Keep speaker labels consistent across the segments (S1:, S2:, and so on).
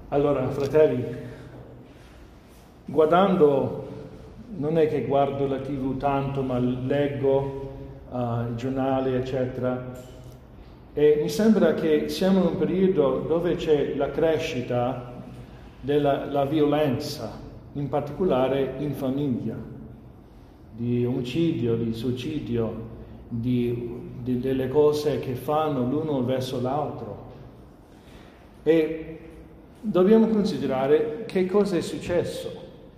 S1: Allora, fratelli, guardando, non è che guardo la TV tanto, ma leggo i giornali, eccetera, e mi sembra che siamo in un periodo dove c'è la crescita della violenza, in particolare in famiglia, di omicidio, di suicidio, delle cose che fanno l'uno verso l'altro. E dobbiamo considerare che cosa è successo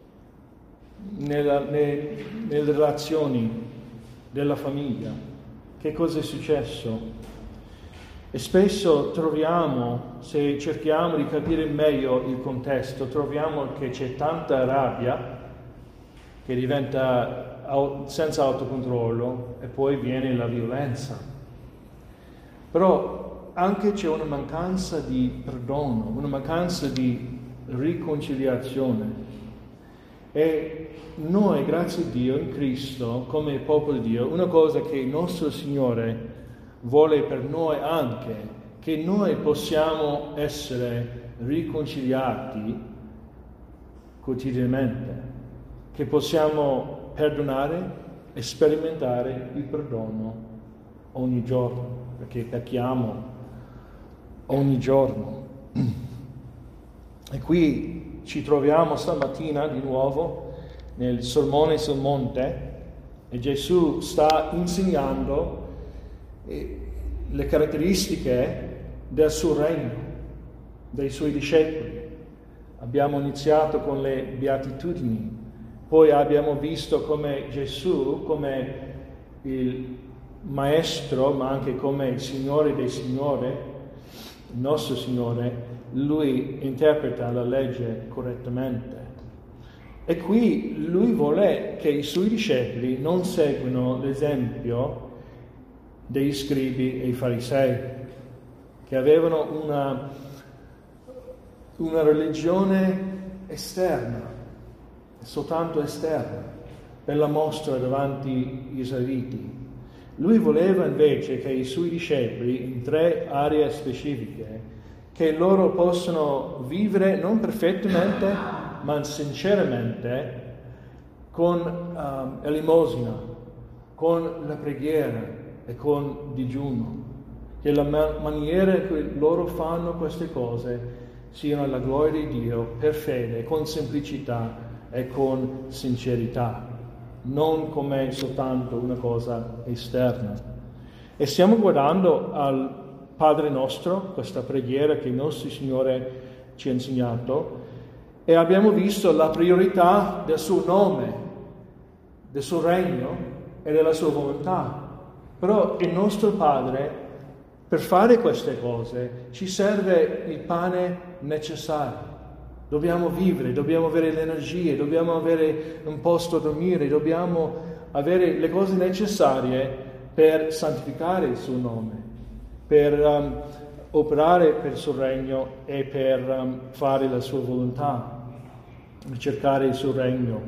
S1: nelle relazioni della famiglia, che cosa è successo. E spesso troviamo, se cerchiamo di capire meglio il contesto, troviamo che c'è tanta rabbia che diventa senza autocontrollo e poi viene la violenza. Però anche c'è una mancanza di perdono, una mancanza di riconciliazione. E noi, grazie a Dio, in Cristo, come popolo di Dio, una cosa che il nostro Signore vuole per noi anche, che noi possiamo essere riconciliati quotidianamente, che possiamo perdonare e sperimentare il perdono ogni giorno, perché pecchiamo ogni giorno. E qui ci troviamo stamattina di nuovo nel Sermone sul Monte e Gesù sta insegnando le caratteristiche del suo regno, dei suoi discepoli. Abbiamo iniziato con le beatitudini, poi abbiamo visto come Gesù, come il Maestro, ma anche come il Signore dei Signori, il nostro Signore, Lui interpreta la legge correttamente. E qui Lui vuole che i Suoi discepoli non seguano l'esempio dei scribi e i farisei, che avevano una religione esterna, soltanto esterna, per la mostra davanti agli israeliti. Lui voleva invece che i suoi discepoli, in 3 aree specifiche, che loro possano vivere non perfettamente, ma sinceramente, con l'elemosina, con la preghiera e con digiuno, che la maniera in cui loro fanno queste cose siano alla gloria di Dio per fede, con semplicità e con sincerità, non come soltanto una cosa esterna. E stiamo guardando al Padre nostro, questa preghiera che il nostro Signore ci ha insegnato, e abbiamo visto la priorità del suo nome, del suo regno e della sua volontà. Però il nostro Padre, per fare queste cose, ci serve il pane necessario. Dobbiamo vivere, dobbiamo avere le energie, dobbiamo avere un posto a dormire, dobbiamo avere le cose necessarie per santificare il suo nome, per operare per il suo regno e per fare la sua volontà, cercare il suo regno.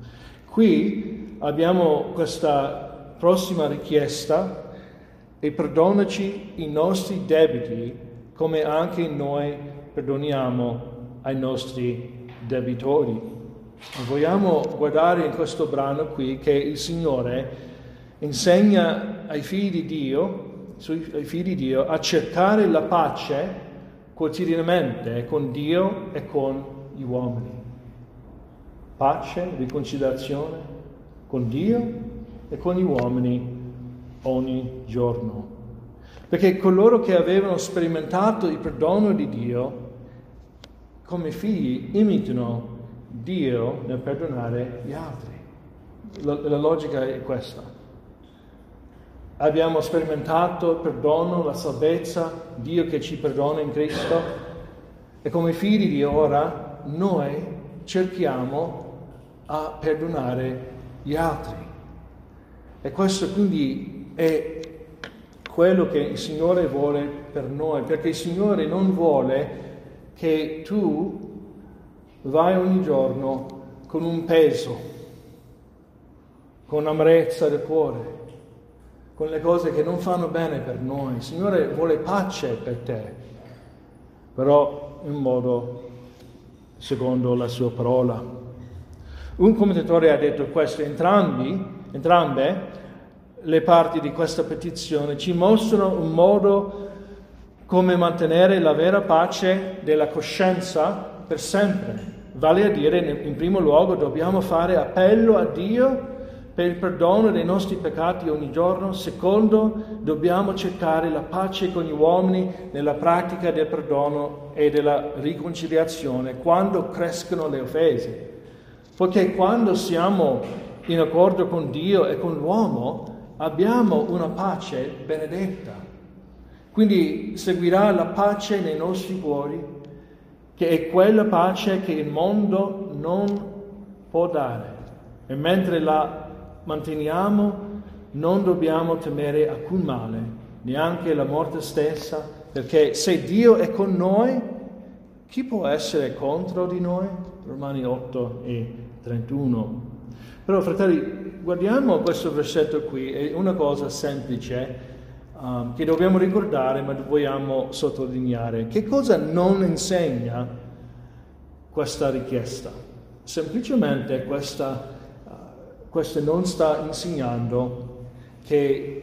S1: Qui abbiamo questa prossima richiesta: e perdonaci i nostri debiti come anche noi perdoniamo ai nostri debitori. E vogliamo guardare in questo brano qui che il Signore insegna ai figli di Dio a cercare la pace quotidianamente con Dio e con gli uomini. Pace, riconciliazione con Dio e con gli uomini ogni giorno. Perché coloro che avevano sperimentato il perdono di Dio come figli imitano Dio nel perdonare gli altri. La logica è questa. Abbiamo sperimentato il perdono, la salvezza, Dio che ci perdona in Cristo, e come figli di Dio ora noi cerchiamo a perdonare gli altri. E questo quindi è quello che il Signore vuole per noi, perché il Signore non vuole che tu vai ogni giorno con un peso, con amarezza del cuore, con le cose che non fanno bene per noi. Il Signore vuole pace per te, però in modo secondo la sua parola. Un commentatore ha detto questo: entrambe le parti di questa petizione ci mostrano un modo come mantenere la vera pace della coscienza per sempre. Vale a dire, in primo luogo, dobbiamo fare appello a Dio per il perdono dei nostri peccati ogni giorno. Secondo, dobbiamo cercare la pace con gli uomini nella pratica del perdono e della riconciliazione quando crescono le offese. Perché quando siamo in accordo con Dio e con l'uomo, abbiamo una pace benedetta. Quindi seguirà la pace nei nostri cuori, che è quella pace che il mondo non può dare. E mentre la manteniamo, non dobbiamo temere alcun male, neanche la morte stessa, perché se Dio è con noi, chi può essere contro di noi? Romani 8 e 31. Però, fratelli, guardiamo questo versetto qui, è una cosa semplice che dobbiamo ricordare, ma vogliamo sottolineare. Che cosa non insegna questa richiesta? Semplicemente questa non sta insegnando che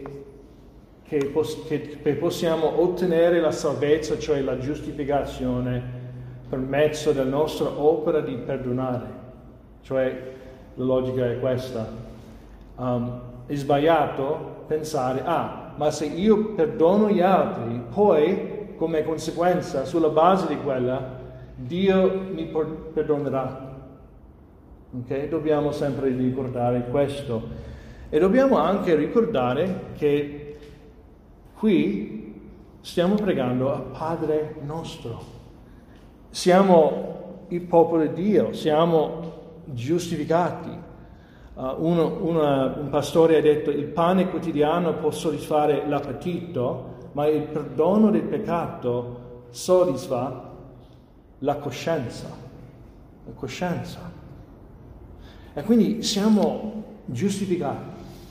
S1: possiamo ottenere la salvezza, cioè la giustificazione, per mezzo della nostra opera di perdonare. Cioè, la logica è questa. È sbagliato pensare, ma se io perdono gli altri, poi, come conseguenza, sulla base di quella, Dio mi perdonerà. Ok? Dobbiamo sempre ricordare questo. E dobbiamo anche ricordare che qui stiamo pregando al Padre nostro. Siamo il popolo di Dio, siamo giustificati. Un pastore ha detto: il pane quotidiano può soddisfare l'appetito, ma il perdono del peccato soddisfa la coscienza. La coscienza. E quindi siamo giustificati.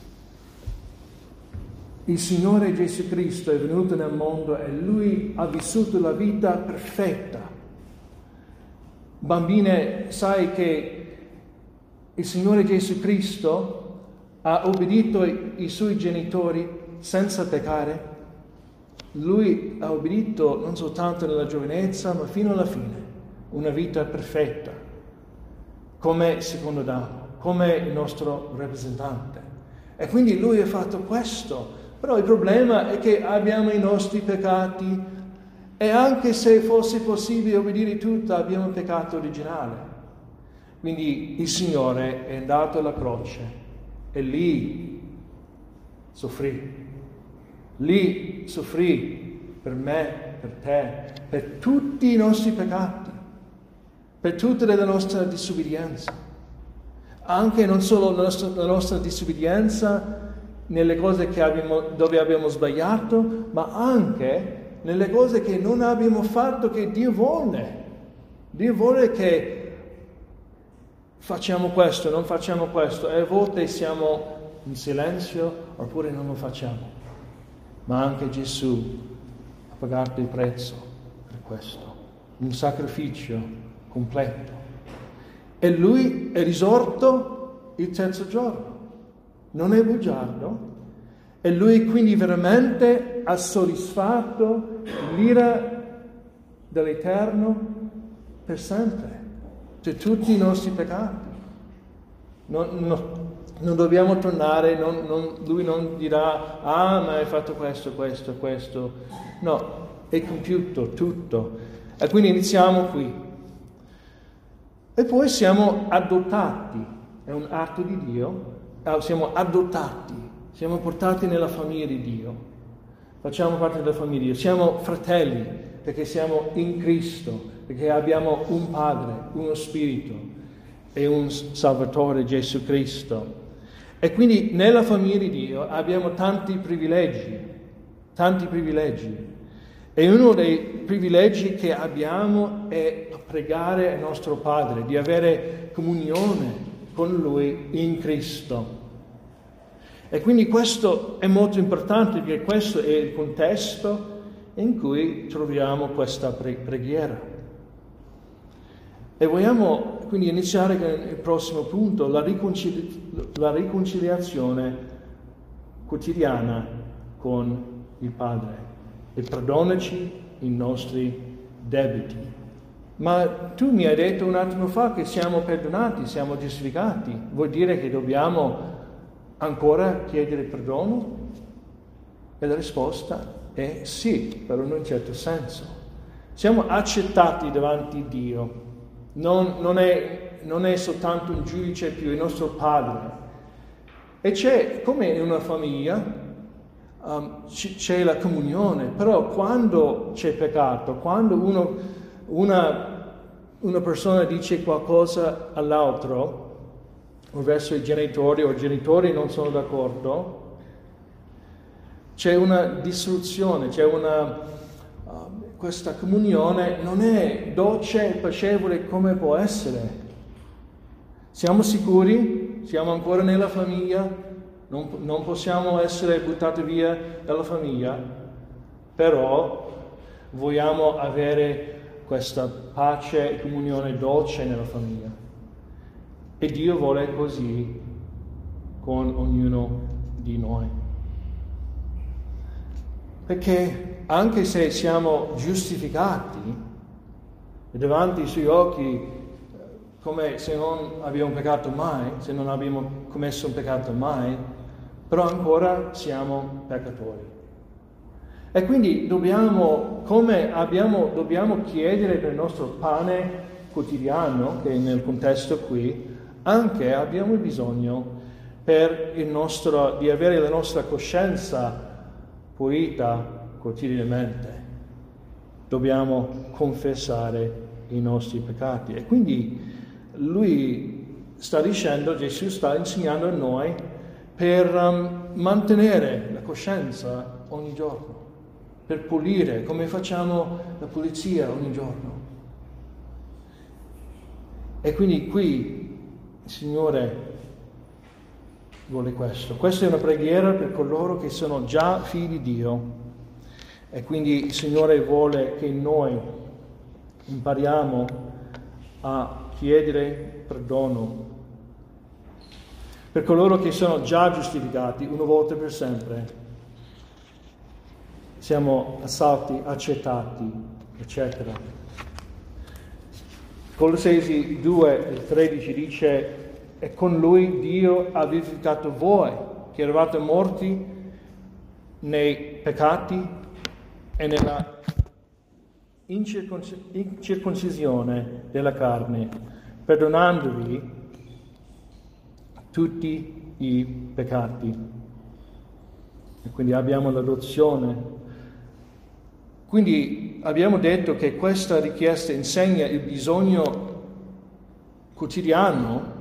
S1: Il Signore Gesù Cristo è venuto nel mondo e Lui ha vissuto la vita perfetta. Bambine, sai che il Signore Gesù Cristo ha obbedito ai suoi genitori senza peccare. Lui ha obbedito non soltanto nella giovinezza, ma fino alla fine. Una vita perfetta, come secondo Adamo, come il nostro rappresentante. E quindi Lui ha fatto questo. Però il problema è che abbiamo i nostri peccati e anche se fosse possibile obbedire tutto, abbiamo il peccato originale. Quindi il Signore è andato alla croce e lì soffrì. Lì soffrì per me, per te, per tutti i nostri peccati, per tutta la nostra disobbedienza. Anche non solo la nostra disobbedienza nelle cose dove abbiamo sbagliato, ma anche nelle cose che non abbiamo fatto che Dio vuole. Dio vuole che facciamo questo, non facciamo questo, e a volte siamo in silenzio oppure non lo facciamo. Ma anche Gesù ha pagato il prezzo per questo, un sacrificio completo. E Lui è risorto il terzo giorno, non è bugiardo, e Lui quindi veramente ha soddisfatto l'ira dell'Eterno per sempre. Cioè tutti i nostri peccati. Non dobbiamo tornare, Lui non dirà, ma hai fatto questo. No, è compiuto tutto. E quindi iniziamo qui. E poi siamo adottati, è un atto di Dio, siamo adottati, siamo portati nella famiglia di Dio. Facciamo parte della famiglia di Dio, siamo fratelli perché siamo in Cristo. Perché abbiamo un Padre, uno Spirito e un Salvatore, Gesù Cristo. E quindi nella famiglia di Dio abbiamo tanti privilegi. E uno dei privilegi che abbiamo è pregare il nostro Padre, di avere comunione con Lui in Cristo. E quindi questo è molto importante perché questo è il contesto in cui troviamo questa preghiera. E vogliamo quindi iniziare con il prossimo punto, la riconciliazione quotidiana con il Padre. E perdonaci i nostri debiti. Ma tu mi hai detto un attimo fa che siamo perdonati, siamo giustificati. Vuol dire che dobbiamo ancora chiedere perdono? E la risposta è sì, però in un certo senso. Siamo accettati davanti a Dio. Non è soltanto un giudice più, il nostro Padre. E c'è, come in una famiglia, c'è la comunione, però quando c'è peccato, quando una persona dice qualcosa all'altro, o verso i genitori non sono d'accordo, c'è una distruzione, questa comunione non è dolce e piacevole come può essere. Siamo sicuri? Siamo ancora nella famiglia? Non possiamo essere buttati via dalla famiglia, però vogliamo avere questa pace e comunione dolce nella famiglia. E Dio vuole così con ognuno di noi. Perché anche se siamo giustificati davanti ai suoi occhi, come se non abbiamo peccato mai, se non abbiamo commesso un peccato mai, però ancora siamo peccatori. E quindi dobbiamo chiedere del nostro pane quotidiano, che nel contesto qui, anche abbiamo bisogno di avere la nostra coscienza pulita quotidianamente. Dobbiamo confessare i nostri peccati. E quindi Gesù sta insegnando a noi per mantenere la coscienza ogni giorno, per pulire, come facciamo la pulizia ogni giorno. E quindi qui il Signore vuole questo. Questa è una preghiera per coloro che sono già figli di Dio. E quindi il Signore vuole che noi impariamo a chiedere perdono per coloro che sono già giustificati una volta per sempre. Siamo assalti, accettati, eccetera. Colossesi 2:13 dice: e con Lui Dio ha vivificato voi, che eravate morti nei peccati e nella incirconcisione della carne, perdonandovi tutti i peccati. E quindi abbiamo l'adozione. Quindi abbiamo detto che questa richiesta insegna il bisogno quotidiano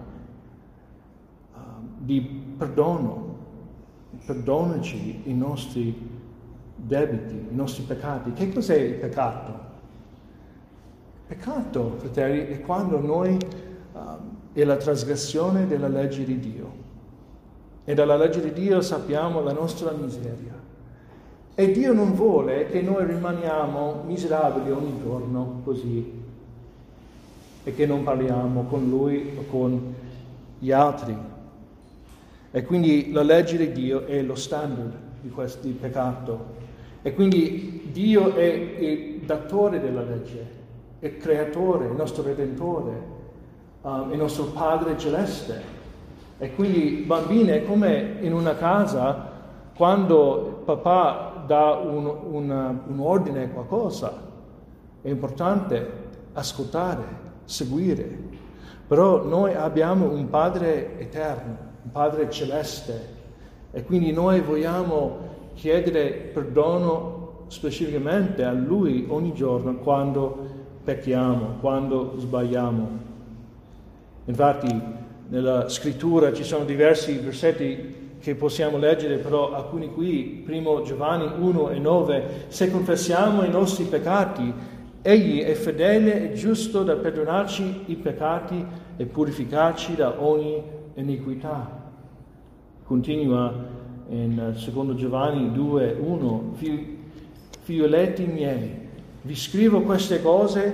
S1: di perdono. Perdonaci i nostri debiti, i nostri peccati. Che cos'è il peccato? Peccato, fratelli, è quando noi è la trasgressione della legge di Dio. E dalla legge di Dio sappiamo la nostra miseria. E Dio non vuole che noi rimaniamo miserabili ogni giorno così e che non parliamo con Lui o con gli altri. E quindi la legge di Dio è lo standard di questo peccato. E quindi Dio è il datore della legge, è il creatore, il nostro redentore, il nostro Padre celeste. E quindi bambini è come in una casa quando papà dà un ordine, qualcosa, è importante ascoltare, seguire. Però noi abbiamo un Padre eterno, un Padre celeste, e quindi noi vogliamo chiedere perdono specificamente a Lui ogni giorno quando pecchiamo, quando sbagliamo. Infatti nella scrittura ci sono diversi versetti che possiamo leggere, però alcuni qui, 1 Giovanni 1:9, se confessiamo i nostri peccati, Egli è fedele e giusto da perdonarci i peccati e purificarci da ogni iniquità. Continua in 2 Giovanni 2:1, figlioletti miei, vi scrivo queste cose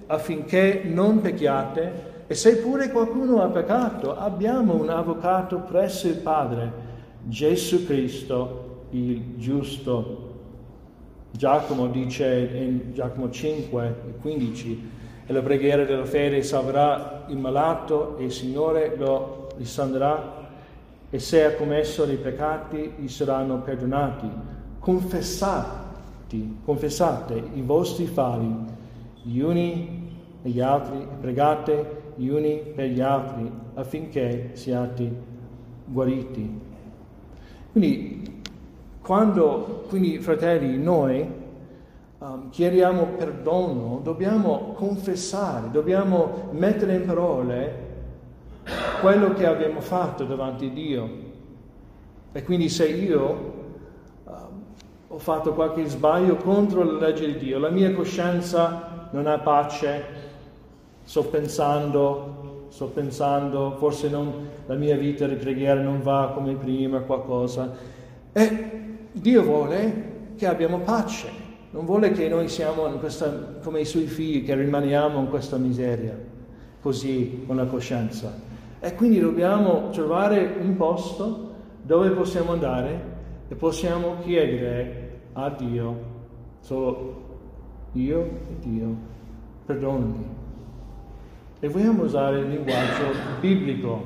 S1: affinché non pecchiate, e se pure qualcuno ha peccato, abbiamo un avvocato presso il Padre, Gesù Cristo, il giusto. Giacomo dice in Giacomo 5:15, e la preghiera della fede salverà il malato e il Signore lo risanerà, e se ha commesso dei peccati gli saranno perdonati. Confessate i vostri falli gli uni e gli altri, pregate gli uni per gli altri affinché siate guariti. Quindi, fratelli, noi chiediamo perdono, dobbiamo confessare, dobbiamo mettere in parole quello che abbiamo fatto davanti a Dio. E quindi se io ho fatto qualche sbaglio contro la legge di Dio, la mia coscienza non ha pace, sto pensando, forse la mia vita di preghiera non va come prima, qualcosa. E Dio vuole che abbiamo pace, non vuole che noi siamo come i suoi figli, che rimaniamo in questa miseria, così con la coscienza. E quindi dobbiamo trovare un posto dove possiamo andare e possiamo chiedere a Dio, solo io e Dio, perdonami. E vogliamo usare il linguaggio biblico.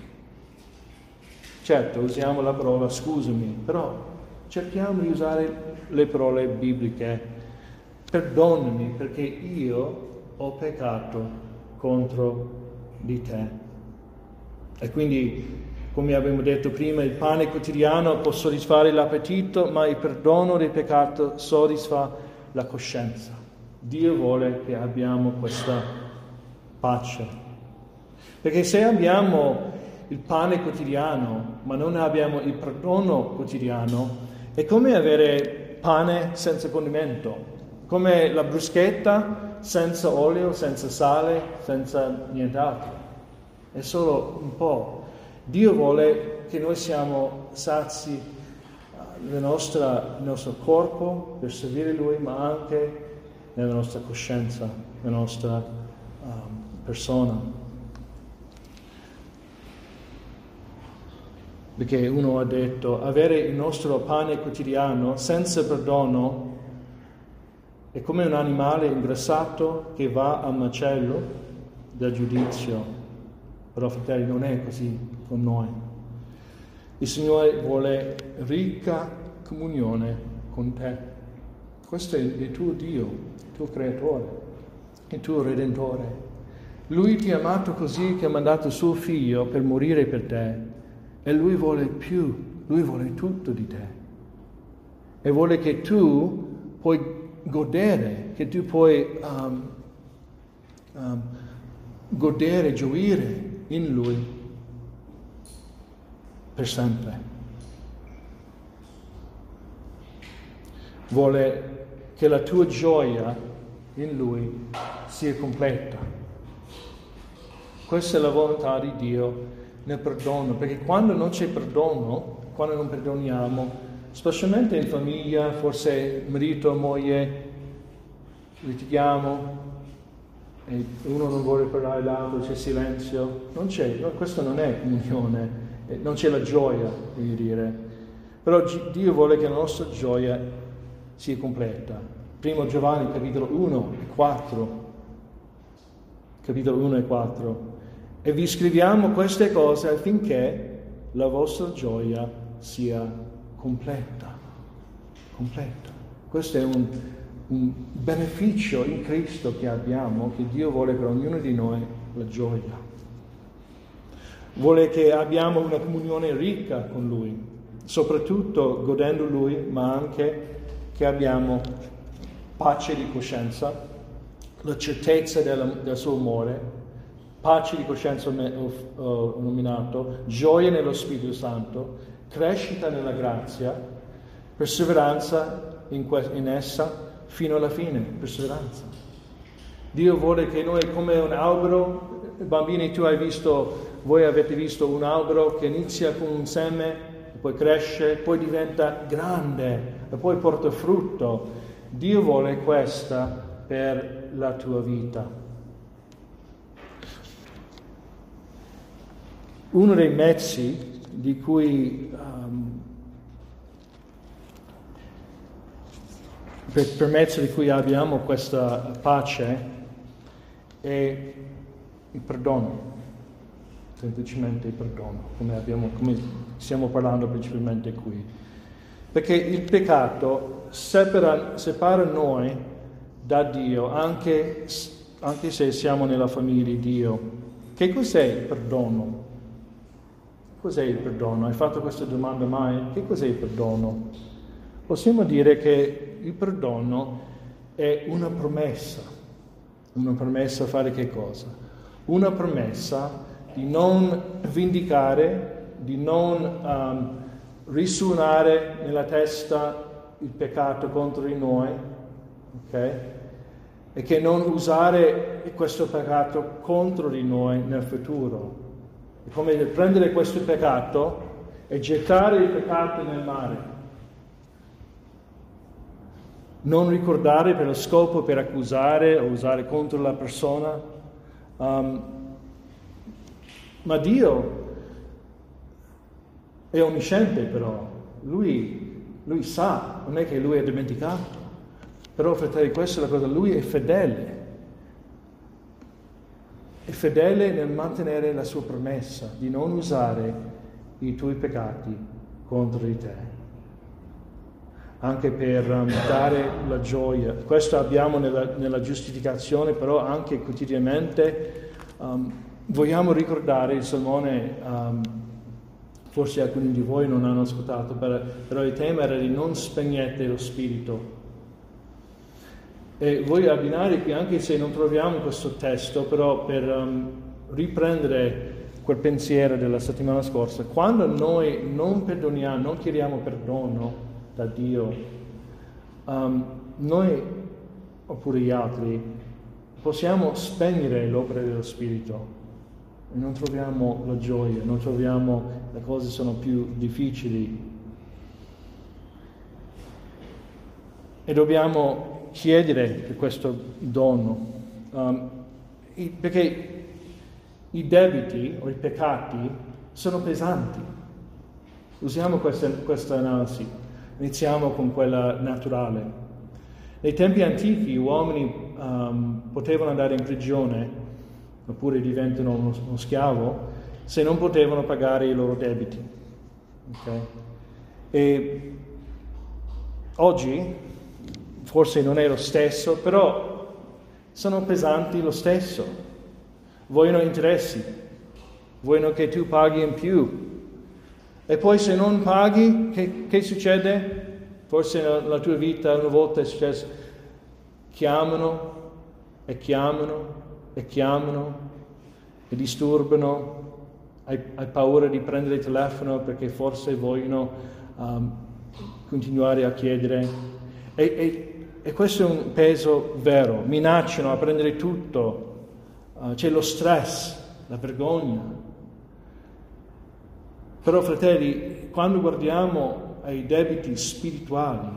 S1: Certo, usiamo la parola scusami, però cerchiamo di usare le parole bibliche. Perdonami perché io ho peccato contro di te. E quindi, come abbiamo detto prima, il pane quotidiano può soddisfare l'appetito, ma il perdono del peccato soddisfa la coscienza. Dio vuole che abbiamo questa pace. Perché se abbiamo il pane quotidiano, ma non abbiamo il perdono quotidiano, è come avere pane senza condimento, come la bruschetta senza olio, senza sale, senza nient'altro. È solo un po'. Dio vuole che noi siamo sazi nel nostro corpo per servire Lui, ma anche nella nostra coscienza, nella nostra persona. Perché uno ha detto, avere il nostro pane quotidiano senza perdono è come un animale ingrassato che va al macello da giudizio. Però, fratelli, non è così con noi. Il Signore vuole ricca comunione con te. Questo è il tuo Dio, il tuo Creatore, il tuo Redentore. Lui ti ha amato così che ha mandato suo Figlio per morire per te. E Lui vuole più, Lui vuole tutto di te. E vuole che tu puoi godere, che tu puoi godere, gioire in Lui per sempre. Vuole che la tua gioia in Lui sia completa. Questa è la volontà di Dio nel perdono, perché quando non c'è perdono, quando non perdoniamo, specialmente in famiglia, forse marito e moglie, litighiamo e uno non vuole parlare l'altro, c'è silenzio, questo non è comunione, non c'è la gioia, voglio dire. Però Dio vuole che la nostra gioia sia completa. Primo Giovanni capitolo 1 e 4. Capitolo 1 e 4. E vi scriviamo queste cose affinché la vostra gioia sia completa. Completa. Questo è un beneficio in Cristo che abbiamo, che Dio vuole per ognuno di noi, la gioia. Vuole che abbiamo una comunione ricca con Lui, soprattutto godendo Lui, ma anche che abbiamo pace di coscienza, la certezza del suo amore, pace di coscienza ho nominato, gioia nello Spirito Santo, crescita nella grazia, perseveranza in essa fino alla fine, perseveranza. Dio vuole che noi, come un albero, bambini, voi avete visto un albero che inizia con un seme, poi cresce, poi diventa grande e poi porta frutto. Dio vuole questa per la tua vita. uno dei mezzi di cui per mezzo di cui abbiamo questa pace è il perdono, semplicemente il perdono, come stiamo parlando principalmente qui. Perché il peccato separa noi da Dio, anche se siamo nella famiglia di Dio. Che cos'è il perdono? Cos'è il perdono? Hai fatto questa domanda mai? Che cos'è il perdono? Possiamo dire che il perdono è una promessa. Una promessa a fare che cosa? Una promessa di non vendicare, di non risuonare nella testa il peccato contro di noi, ok? E che non usare questo peccato contro di noi nel futuro. È come prendere questo peccato e gettare il peccato nel mare. Non ricordare per lo scopo per accusare o usare contro la persona. Ma Dio è onnisciente però, lui sa, non è che lui è dimenticato. Però fratelli, questa è la cosa, lui è fedele nel mantenere la sua promessa di non usare i tuoi peccati contro di te. Anche per dare la gioia. Questo abbiamo nella giustificazione, però anche quotidianamente vogliamo ricordare il salmone, forse alcuni di voi non hanno ascoltato, però il tema era di non spegnete lo spirito. E voglio abbinare qui, anche se non troviamo questo testo, però per riprendere quel pensiero della settimana scorsa, quando noi non perdoniamo, non chiediamo perdono da Dio, noi, oppure gli altri, possiamo spegnere l'opera dello Spirito e non troviamo la gioia, non troviamo, le cose sono più difficili. E dobbiamo chiedere per questo dono, perché i debiti o i peccati sono pesanti. Usiamo questa analisi, iniziamo con quella naturale. Nei tempi antichi gli uomini potevano andare in prigione, oppure diventano uno schiavo, se non potevano pagare i loro debiti. Okay? E oggi forse non è lo stesso, però sono pesanti lo stesso. Vogliono interessi, vogliono che tu paghi in più. E poi se non paghi, che succede? Forse nella tua vita una volta è successo, chiamano e disturbano, hai paura di prendere il telefono perché forse vogliono continuare a chiedere. E questo è un peso vero, minacciano a prendere tutto, c'è lo stress, la vergogna. Però fratelli, quando guardiamo ai debiti spirituali,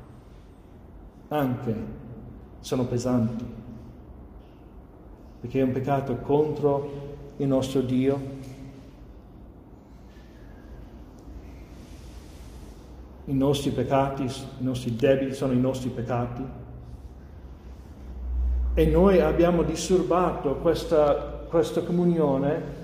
S1: anche sono pesanti, perché è un peccato contro il nostro Dio. I nostri peccati, i nostri debiti sono i nostri peccati. E noi abbiamo disturbato questa comunione,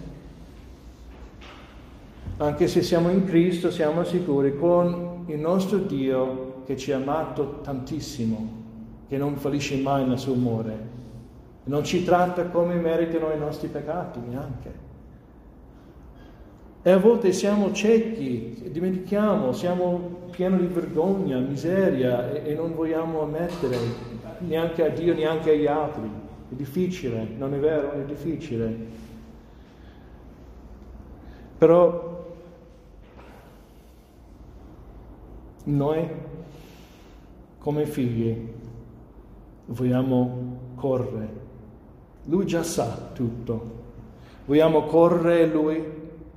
S1: anche se siamo in Cristo, siamo sicuri, con il nostro Dio che ci ha amato tantissimo, che non fallisce mai nel suo amore. Non ci tratta come meritano i nostri peccati neanche. E a volte siamo ciechi, dimentichiamo, siamo pieni di vergogna, miseria e non vogliamo ammettere neanche a Dio, neanche agli altri. È difficile, non è vero? È difficile. Però noi, come figli, vogliamo correre. Lui già sa tutto. Vogliamo correre a Lui.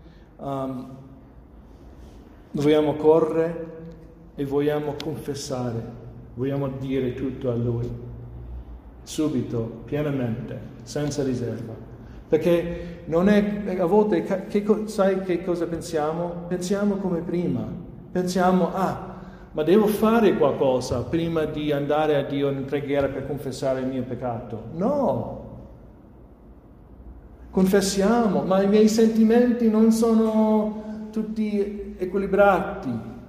S1: Vogliamo correre e vogliamo confessare, vogliamo dire tutto a Lui, subito, pienamente, senza riserva. Perché non è, a volte, sai che cosa pensiamo? Pensiamo come prima. Pensiamo, ma devo fare qualcosa prima di andare a Dio in preghiera per confessare il mio peccato. No! Confessiamo, ma i miei sentimenti non sono tutti equilibrati.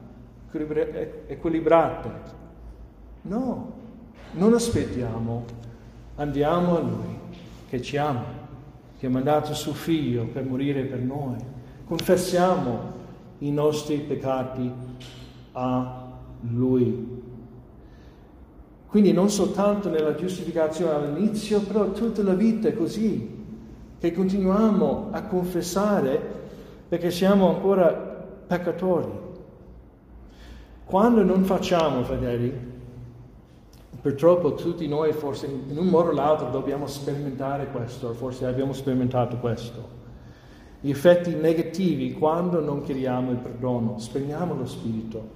S1: No, non aspettiamo, andiamo a Lui, che ci ama, che ha mandato suo Figlio per morire per noi. Confessiamo i nostri peccati a Lui. Quindi non soltanto nella giustificazione all'inizio, però tutta la vita è così, che continuiamo a confessare perché siamo ancora peccatori. Quando non facciamo, fratelli, purtroppo tutti noi forse in un modo o l'altro dobbiamo sperimentare questo, forse abbiamo sperimentato questo. Gli effetti negativi quando non chiediamo il perdono, spegniamo lo spirito.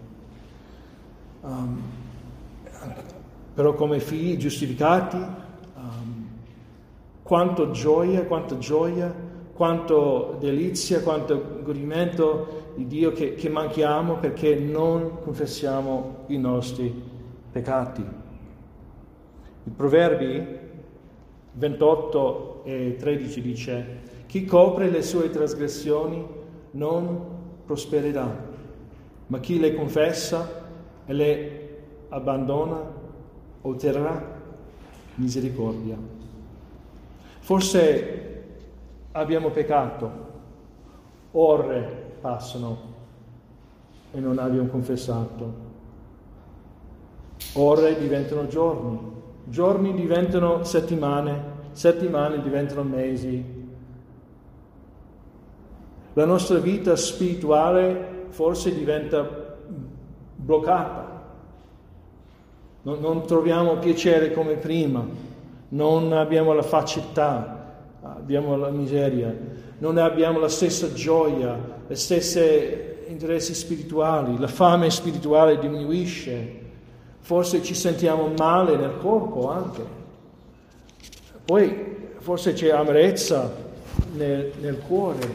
S1: Però come figli giustificati, quanto gioia, quanto delizia, quanto godimento di Dio che manchiamo perché non confessiamo i nostri peccati. I Proverbi 28 e 13 dice: chi copre le sue trasgressioni non prospererà, ma chi le confessa e le abbandona otterrà misericordia. Forse abbiamo peccato, ore passano e non abbiamo confessato. Ore diventano giorni, giorni diventano settimane, settimane diventano mesi. La nostra vita spirituale forse diventa bloccata. Non troviamo piacere come prima. Non abbiamo la facilità, abbiamo la miseria, non abbiamo la stessa gioia, le stesse interessi spirituali, la fame spirituale diminuisce, forse ci sentiamo male nel corpo anche, poi forse c'è amarezza nel cuore.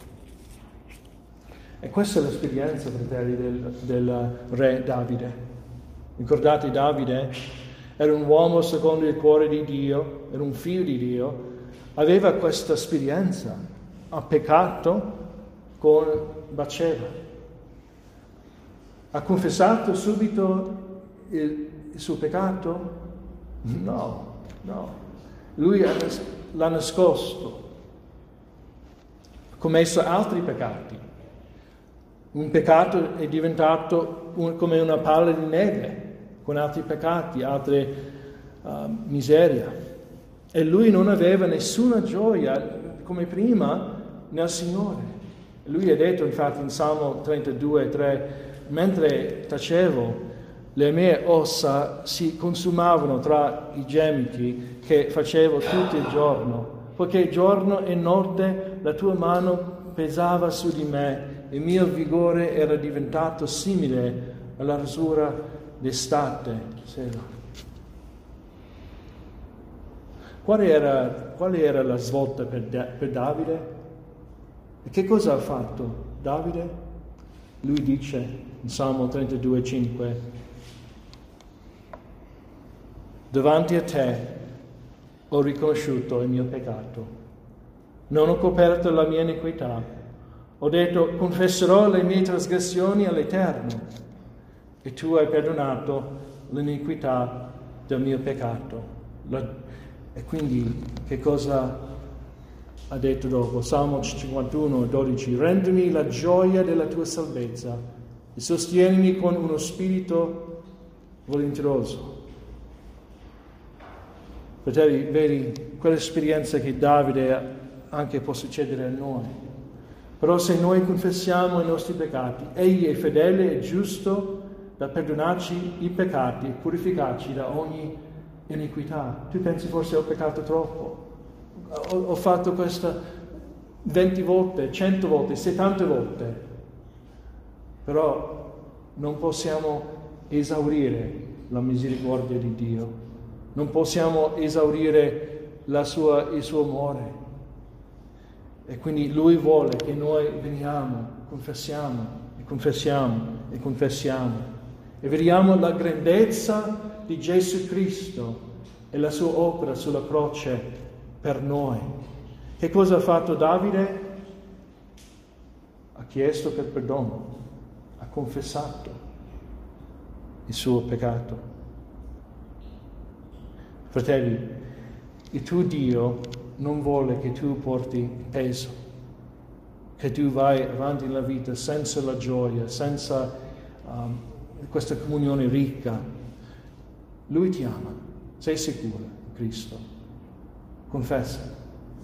S1: E questa è l'esperienza, fratelli, del re Davide. Ricordate Davide? Era un uomo secondo il cuore di Dio, era un figlio di Dio, aveva questa esperienza, ha peccato con Batseba. Ha confessato subito il suo peccato? No. Lui l'ha nascosto, ha commesso altri peccati. Un peccato è diventato come una palla di neve, con altri peccati, altre miseria. E lui non aveva nessuna gioia come prima nel Signore. Lui ha detto infatti in Salmo 32:3: mentre tacevo, le mie ossa si consumavano tra i gemiti che facevo tutto il giorno, poiché giorno e notte la tua mano pesava su di me, il mio vigore era diventato simile alla rasura d'estate. Qual era la svolta per Davide? E che cosa ha fatto Davide? Lui dice in Salmo 32:5: davanti a te ho riconosciuto il mio peccato, non ho coperto la mia iniquità, ho detto confesserò le mie trasgressioni all'Eterno, e tu hai perdonato l'iniquità del mio peccato. E quindi che cosa ha detto dopo? Salmo 51:12: rendimi la gioia della tua salvezza e sostienimi con uno spirito volenteroso. Fratelli, vedi, quell'esperienza che Davide ha anche può succedere a noi. Però se noi confessiamo i nostri peccati, Egli è fedele e giusto da perdonarci i peccati e purificarci da ogni iniquità. Tu pensi forse ho peccato troppo? Ho fatto questa 20 volte, 100 volte, 70 volte. Però non possiamo esaurire la misericordia di Dio. Non possiamo esaurire il suo amore. E quindi Lui vuole che noi veniamo, confessiamo e confessiamo e confessiamo e vediamo la grandezza di Gesù Cristo e la sua opera sulla croce per noi. Che cosa ha fatto Davide? Ha chiesto per perdono, ha confessato il suo peccato. Fratelli, il tuo Dio non vuole che tu porti peso, che tu vai avanti nella vita senza la gioia, senza questa comunione ricca. Lui ti ama, sei sicuro in Cristo. Confessa,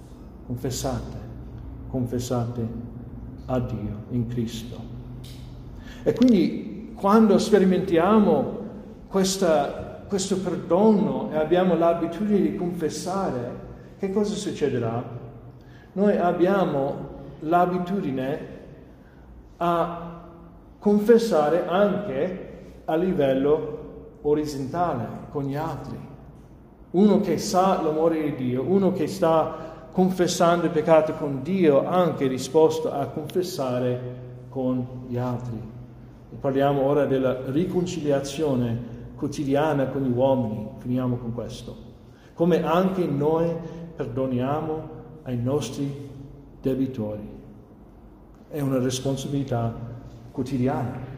S1: confessate a Dio in Cristo. E quindi quando sperimentiamo questo perdono e abbiamo l'abitudine di confessare, che cosa succederà? Noi abbiamo l'abitudine a confessare anche a livello orizzontale con gli altri. Uno che sa l'amore di Dio, uno che sta confessando il peccato con Dio, anche disposto a confessare con gli altri. E parliamo ora della riconciliazione quotidiana con gli uomini, finiamo con questo. Come anche noi perdoniamo ai nostri debitori. È una responsabilità quotidiana.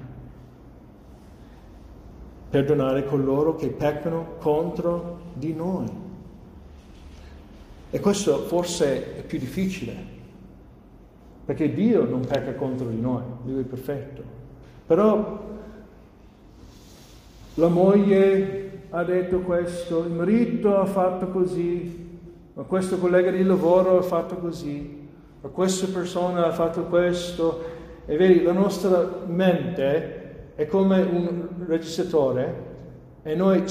S1: Perdonare coloro che peccano contro di noi. E questo forse è più difficile, perché Dio non pecca contro di noi, Lui è perfetto. Però la moglie ha detto questo, il marito ha fatto così, ma questo collega di lavoro ha fatto così, ma questa persona ha fatto questo. E vedi, la nostra mente è come un registratore e noi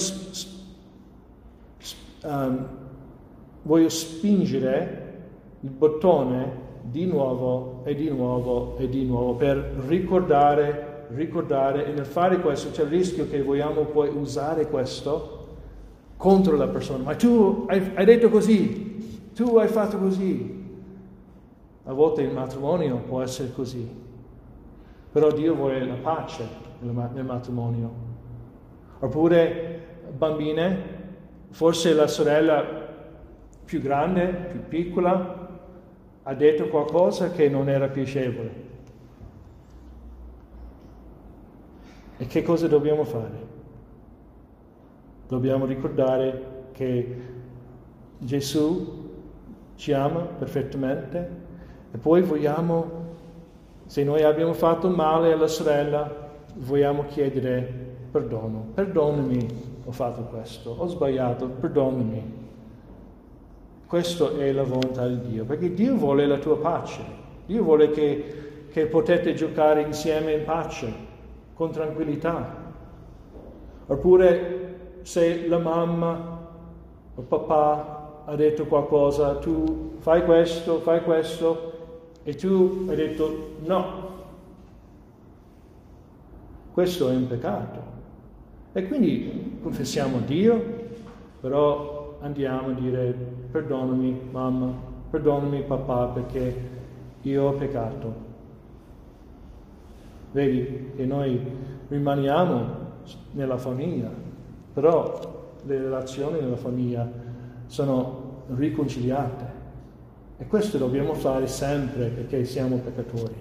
S1: voglio spingere il bottone di nuovo e di nuovo e di nuovo per ricordare, e nel fare questo c'è il rischio che vogliamo poi usare questo contro la persona. Ma tu hai detto così, tu hai fatto così. A volte il matrimonio può essere così, però Dio vuole la pace nel matrimonio. Oppure bambine, forse la sorella più grande, più piccola, ha detto qualcosa che non era piacevole. E che cosa dobbiamo fare? Dobbiamo ricordare che Gesù ci ama perfettamente e poi vogliamo, se noi abbiamo fatto male alla sorella, vogliamo chiedere perdono. Perdonami, ho fatto questo, ho sbagliato, perdonami. Questa è la volontà di Dio, perché Dio vuole la tua pace. Dio vuole che potete giocare insieme in pace, con tranquillità. Oppure se la mamma o papà ha detto qualcosa, tu fai questo, e tu hai detto no. Questo è un peccato. E quindi confessiamo a Dio, però andiamo a dire perdonami mamma, perdonami papà perché io ho peccato. Vedi che noi rimaniamo nella famiglia, però le relazioni nella famiglia sono riconciliate. E questo dobbiamo fare sempre perché siamo peccatori.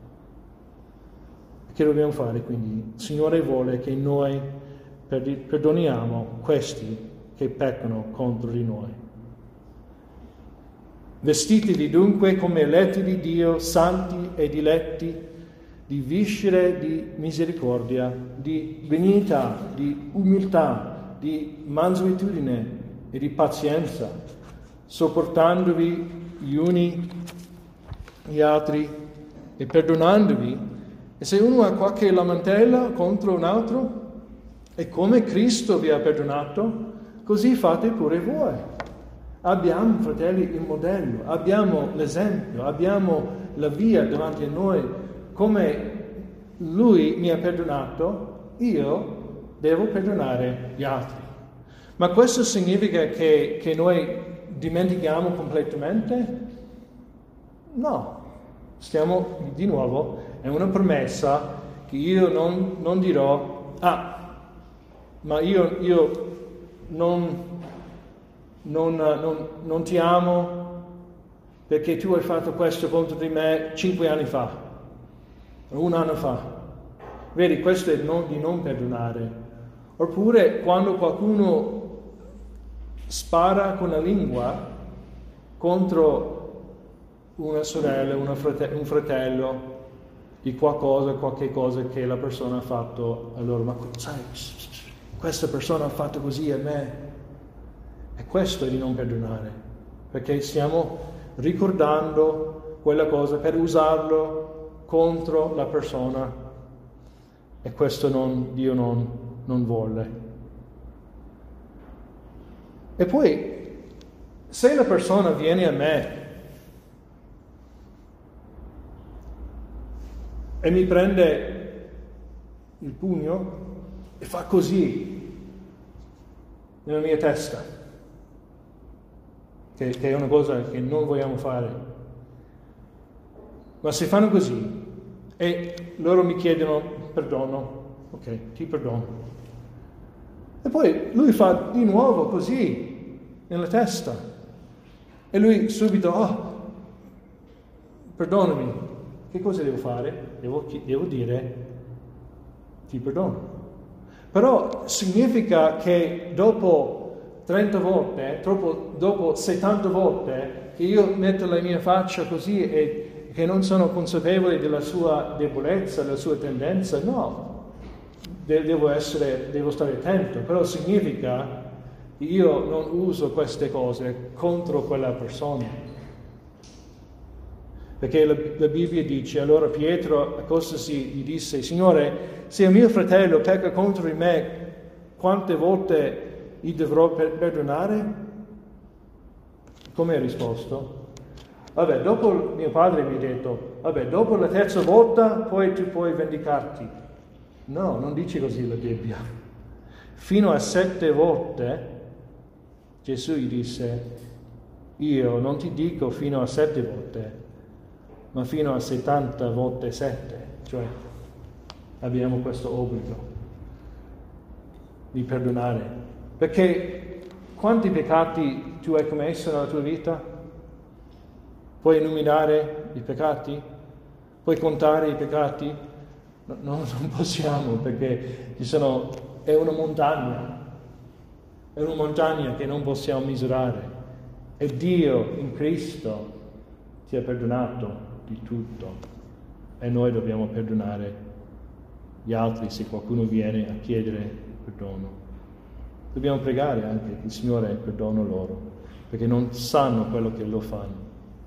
S1: Che dobbiamo fare quindi? Il Signore vuole che noi perdoniamo questi che peccano contro di noi. Vestitevi dunque come eletti di Dio, santi e diletti, di viscere di misericordia, di benignità, di umiltà, di mansuetudine e di pazienza, sopportandovi gli uni gli altri e perdonandovi. E se uno ha qualche lamentela contro un altro, e come Cristo vi ha perdonato, così fate pure voi. Abbiamo, fratelli, il modello, abbiamo l'esempio, abbiamo la via davanti a noi. Come Lui mi ha perdonato, io devo perdonare gli altri. Ma questo significa che noi dimentichiamo completamente? No, stiamo di nuovo, è una promessa che io non dirò, ma io non ti amo perché tu hai fatto questo contro di me 5 anni fa, o 1 anno fa. Vedi, questo è di non perdonare. Oppure quando qualcuno spara con la lingua contro una sorella, un fratello, di qualche cosa che la persona ha fatto, allora, ma sai, questa persona ha fatto così a me. E questo è di non perdonare, perché stiamo ricordando quella cosa per usarlo contro la persona, e questo Dio non vuole. E poi, se la persona viene a me e mi prende il pugno e fa così nella mia testa, che è una cosa che non vogliamo fare, ma se fanno così e loro mi chiedono perdono, ok, ti perdono, e poi lui fa di nuovo così nella testa e lui subito, perdonami, che cosa devo fare? Devo dire ti perdono. Però significa che dopo 30 volte, dopo 70 volte, che io metto la mia faccia così e che non sono consapevole della sua debolezza, della sua tendenza, no, devo stare attento, però significa che io non uso queste cose contro quella persona. Perché la Bibbia dice, allora Pietro gli disse, Signore, se il mio fratello pecca contro di me, quante volte gli dovrò perdonare? Come ha risposto? Vabbè, dopo mio padre mi ha detto, dopo la terza volta poi tu puoi vendicarti. No, non dice così la Bibbia. Fino a 7 volte Gesù gli disse, io non ti dico fino a 7 volte, ma fino a 70 volte 7, cioè abbiamo questo obbligo di perdonare. Perché quanti peccati tu hai commesso nella tua vita? Puoi enumerare i peccati? Puoi contare i peccati? No, non possiamo, perché è una montagna che non possiamo misurare. E Dio in Cristo ti ha perdonato di tutto, e noi dobbiamo perdonare gli altri se qualcuno viene a chiedere perdono. Dobbiamo pregare anche che il Signore perdoni loro, perché non sanno quello che lo fanno.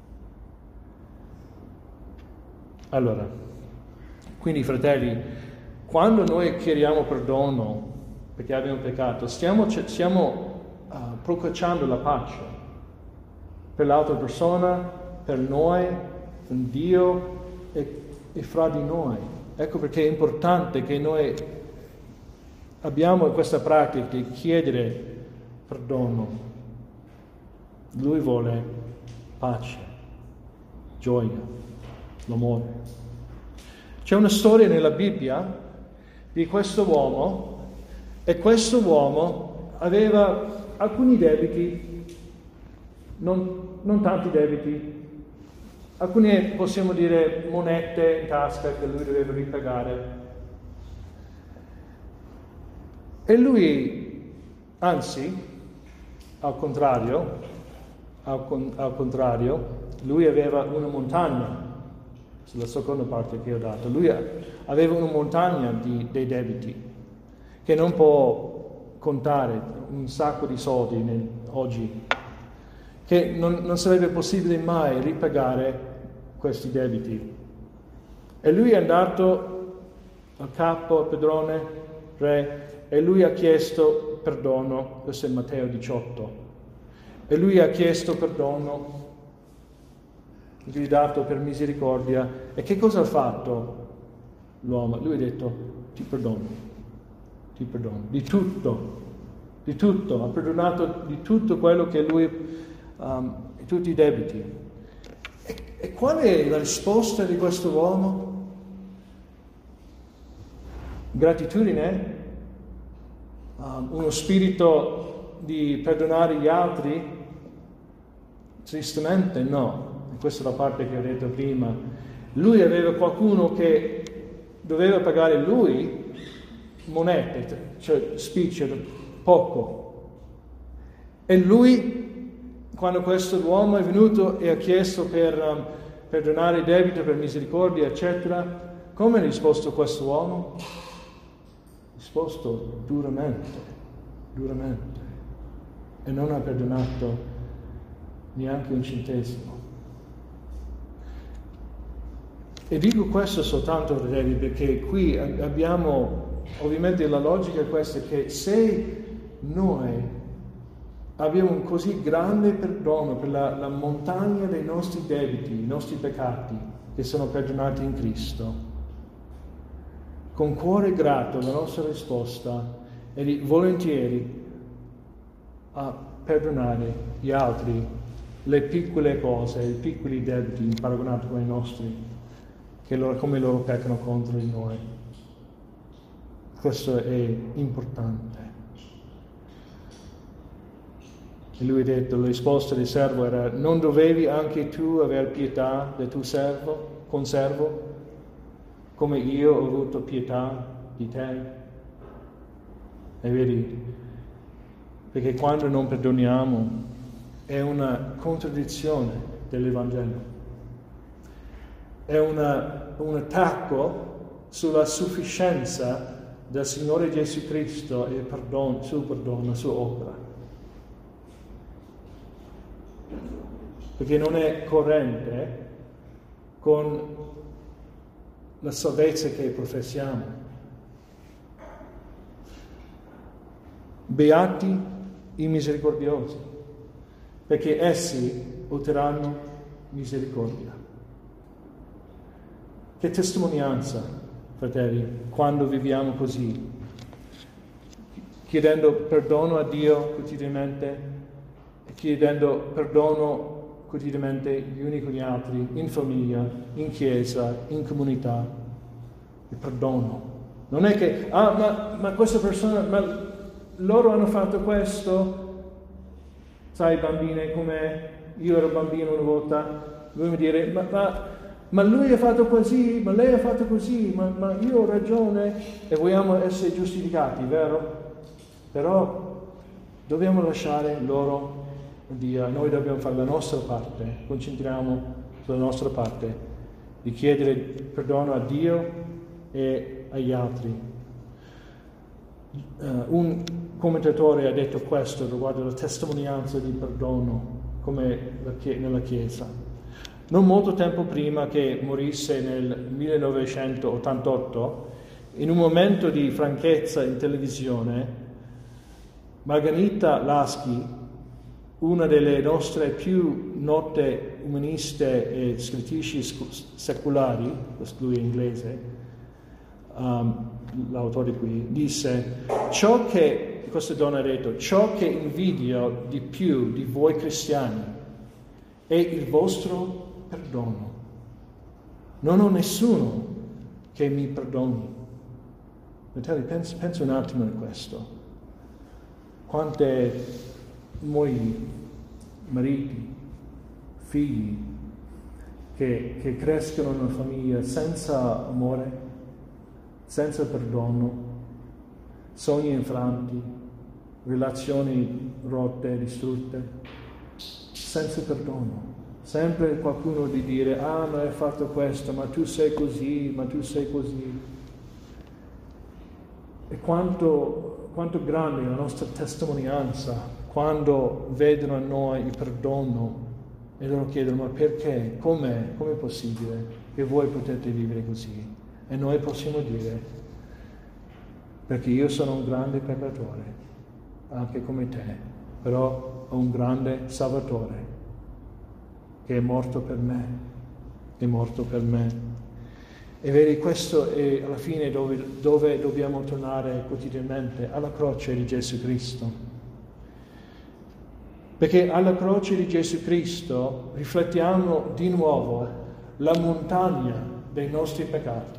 S1: Allora, quindi fratelli, quando noi chiediamo perdono perché abbiamo peccato, stiamo procacciando la pace per l'altra persona, per noi, con Dio e fra di noi. Ecco perché è importante che noi abbiamo questa pratica di chiedere perdono. Lui vuole pace, gioia, l'amore. C'è una storia nella Bibbia di questo uomo, e questo uomo aveva alcuni debiti, non tanti debiti, alcune possiamo dire monete in tasca che lui doveva ripagare. E lui, anzi, al contrario, lui aveva una montagna, sulla seconda parte che ho dato, lui aveva una montagna dei debiti, che non può contare, un sacco di soldi oggi, che non sarebbe possibile mai ripagare questi debiti. E lui è andato al capo, al padrone, re, e lui ha chiesto perdono, questo è Matteo 18, e lui ha chiesto perdono, gridato per misericordia. E che cosa ha fatto l'uomo? Lui ha detto, ti perdono, di tutto, ha perdonato di tutto quello che lui, tutti i debiti. E qual è la risposta di questo uomo? Gratitudine? Uno spirito di perdonare gli altri? Tristemente no. E questa è la parte che ho detto prima. Lui aveva qualcuno che doveva pagare lui monete, cioè spicciolo, poco. E lui, quando questo uomo è venuto e ha chiesto per perdonare il debito, per misericordia, eccetera, come ha risposto questo uomo? Ha risposto duramente. E non ha perdonato neanche un centesimo. E dico questo soltanto, fratelli, perché qui abbiamo, ovviamente la logica è questa, che se noi abbiamo un così grande perdono per la montagna dei nostri debiti, i nostri peccati, che sono perdonati in Cristo, con cuore grato la nostra risposta è di volentieri a perdonare gli altri, le piccole cose, i piccoli debiti paragonati con i nostri, come loro peccano contro di noi. Questo è importante. E lui ha detto, la risposta del servo era: non dovevi anche tu avere pietà del tuo conservo, come io ho avuto pietà di te? E vedi, perché quando non perdoniamo è una contraddizione dell'Evangelo. È un attacco sulla sufficienza del Signore Gesù Cristo e il perdono, sul perdono, sua opera. Perché non è corrente con la salvezza che professiamo. Beati i misericordiosi, perché essi otterranno misericordia. Che testimonianza, fratelli, quando viviamo così, chiedendo perdono a Dio quotidianamente, chiedendo perdono quotidianamente gli uni con gli altri, in famiglia, in chiesa, in comunità, il perdono. Non è che, ma questa persona, ma loro hanno fatto questo, sai bambine, come io ero bambino una volta, lui mi dire, ma lui ha fatto così, ma lei ha fatto così, ma io ho ragione, e vogliamo essere giustificati, vero? Però dobbiamo lasciare loro Dio, noi dobbiamo fare la nostra parte, concentriamo sulla nostra parte, di chiedere perdono a Dio e agli altri. Un commentatore ha detto questo riguardo la testimonianza di perdono come nella Chiesa. Non molto tempo prima che morisse nel 1988, in un momento di franchezza in televisione, Margherita Lasky, una delle nostre più note umaniste e scrittrici secolari, lui è inglese, l'autore qui, disse: questa donna ha detto, ciò che invidio di più di voi cristiani è il vostro perdono. Non ho nessuno che mi perdoni. Pensa un attimo a questo. Quante mogli, mariti, figli che crescono in una famiglia senza amore, senza perdono, sogni infranti, relazioni rotte, distrutte, senza perdono. Sempre qualcuno di dire, ma hai fatto questo, ma tu sei così, ma tu sei così. E quanto grande è la nostra testimonianza quando vedono a noi il perdono e loro chiedono: ma perché? Com'è possibile che voi potete vivere così? E noi possiamo dire: perché io sono un grande peccatore, anche come te, però ho un grande Salvatore che è morto per me, E vedi, questo è alla fine dove dobbiamo tornare quotidianamente, alla croce di Gesù Cristo. Perché alla croce di Gesù Cristo riflettiamo di nuovo la montagna dei nostri peccati.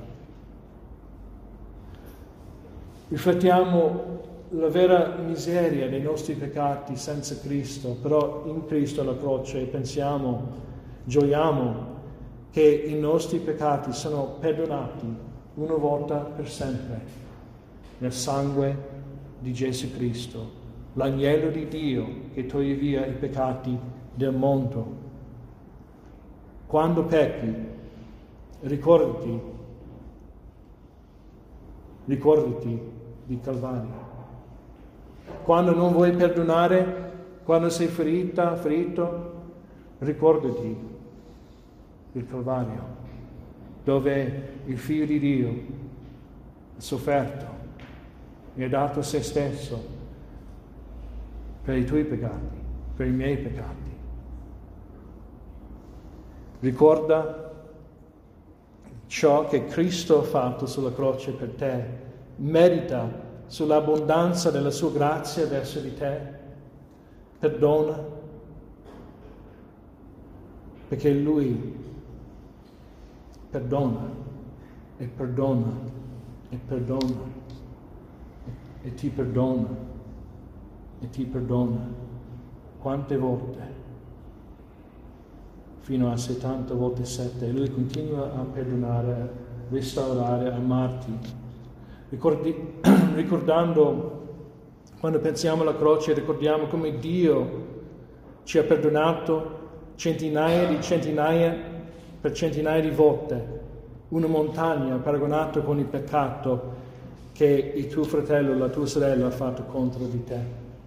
S1: Riflettiamo la vera miseria dei nostri peccati senza Cristo, però in Cristo alla croce pensiamo, gioiamo che i nostri peccati sono perdonati una volta per sempre nel sangue di Gesù Cristo, l'agnello di Dio che toglie via i peccati del mondo. Quando pecchi, ricordati di Calvario. Quando non vuoi perdonare, quando sei ferito, ricordati del Calvario, dove il Figlio di Dio ha sofferto e ha dato se stesso per i tuoi peccati, per i miei peccati. Ricorda ciò che Cristo ha fatto sulla croce per te, medita sull'abbondanza della sua grazia verso di te, perdona, perché Lui perdona e perdona e perdona e ti perdona e ti perdona. Quante volte? Fino a 70 volte 7. E Lui continua a perdonare, a restaurare, a amarti. Ricordando, quando pensiamo alla croce, ricordiamo come Dio ci ha perdonato centinaia di volte, una montagna paragonato con il peccato che il tuo fratello o la tua sorella ha fatto contro di te.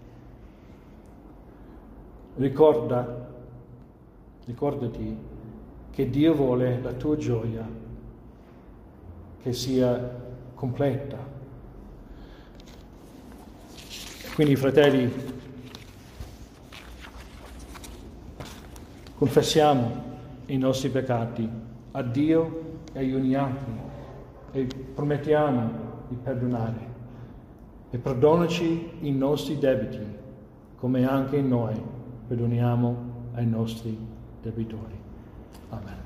S1: Ricordati che Dio vuole la tua gioia che sia completa. Quindi, fratelli, confessiamo i nostri peccati a Dio e agli ogni altri e promettiamo di perdonare. E perdonaci i nostri debiti, come anche noi perdoniamo ai nostri debitori. Amen.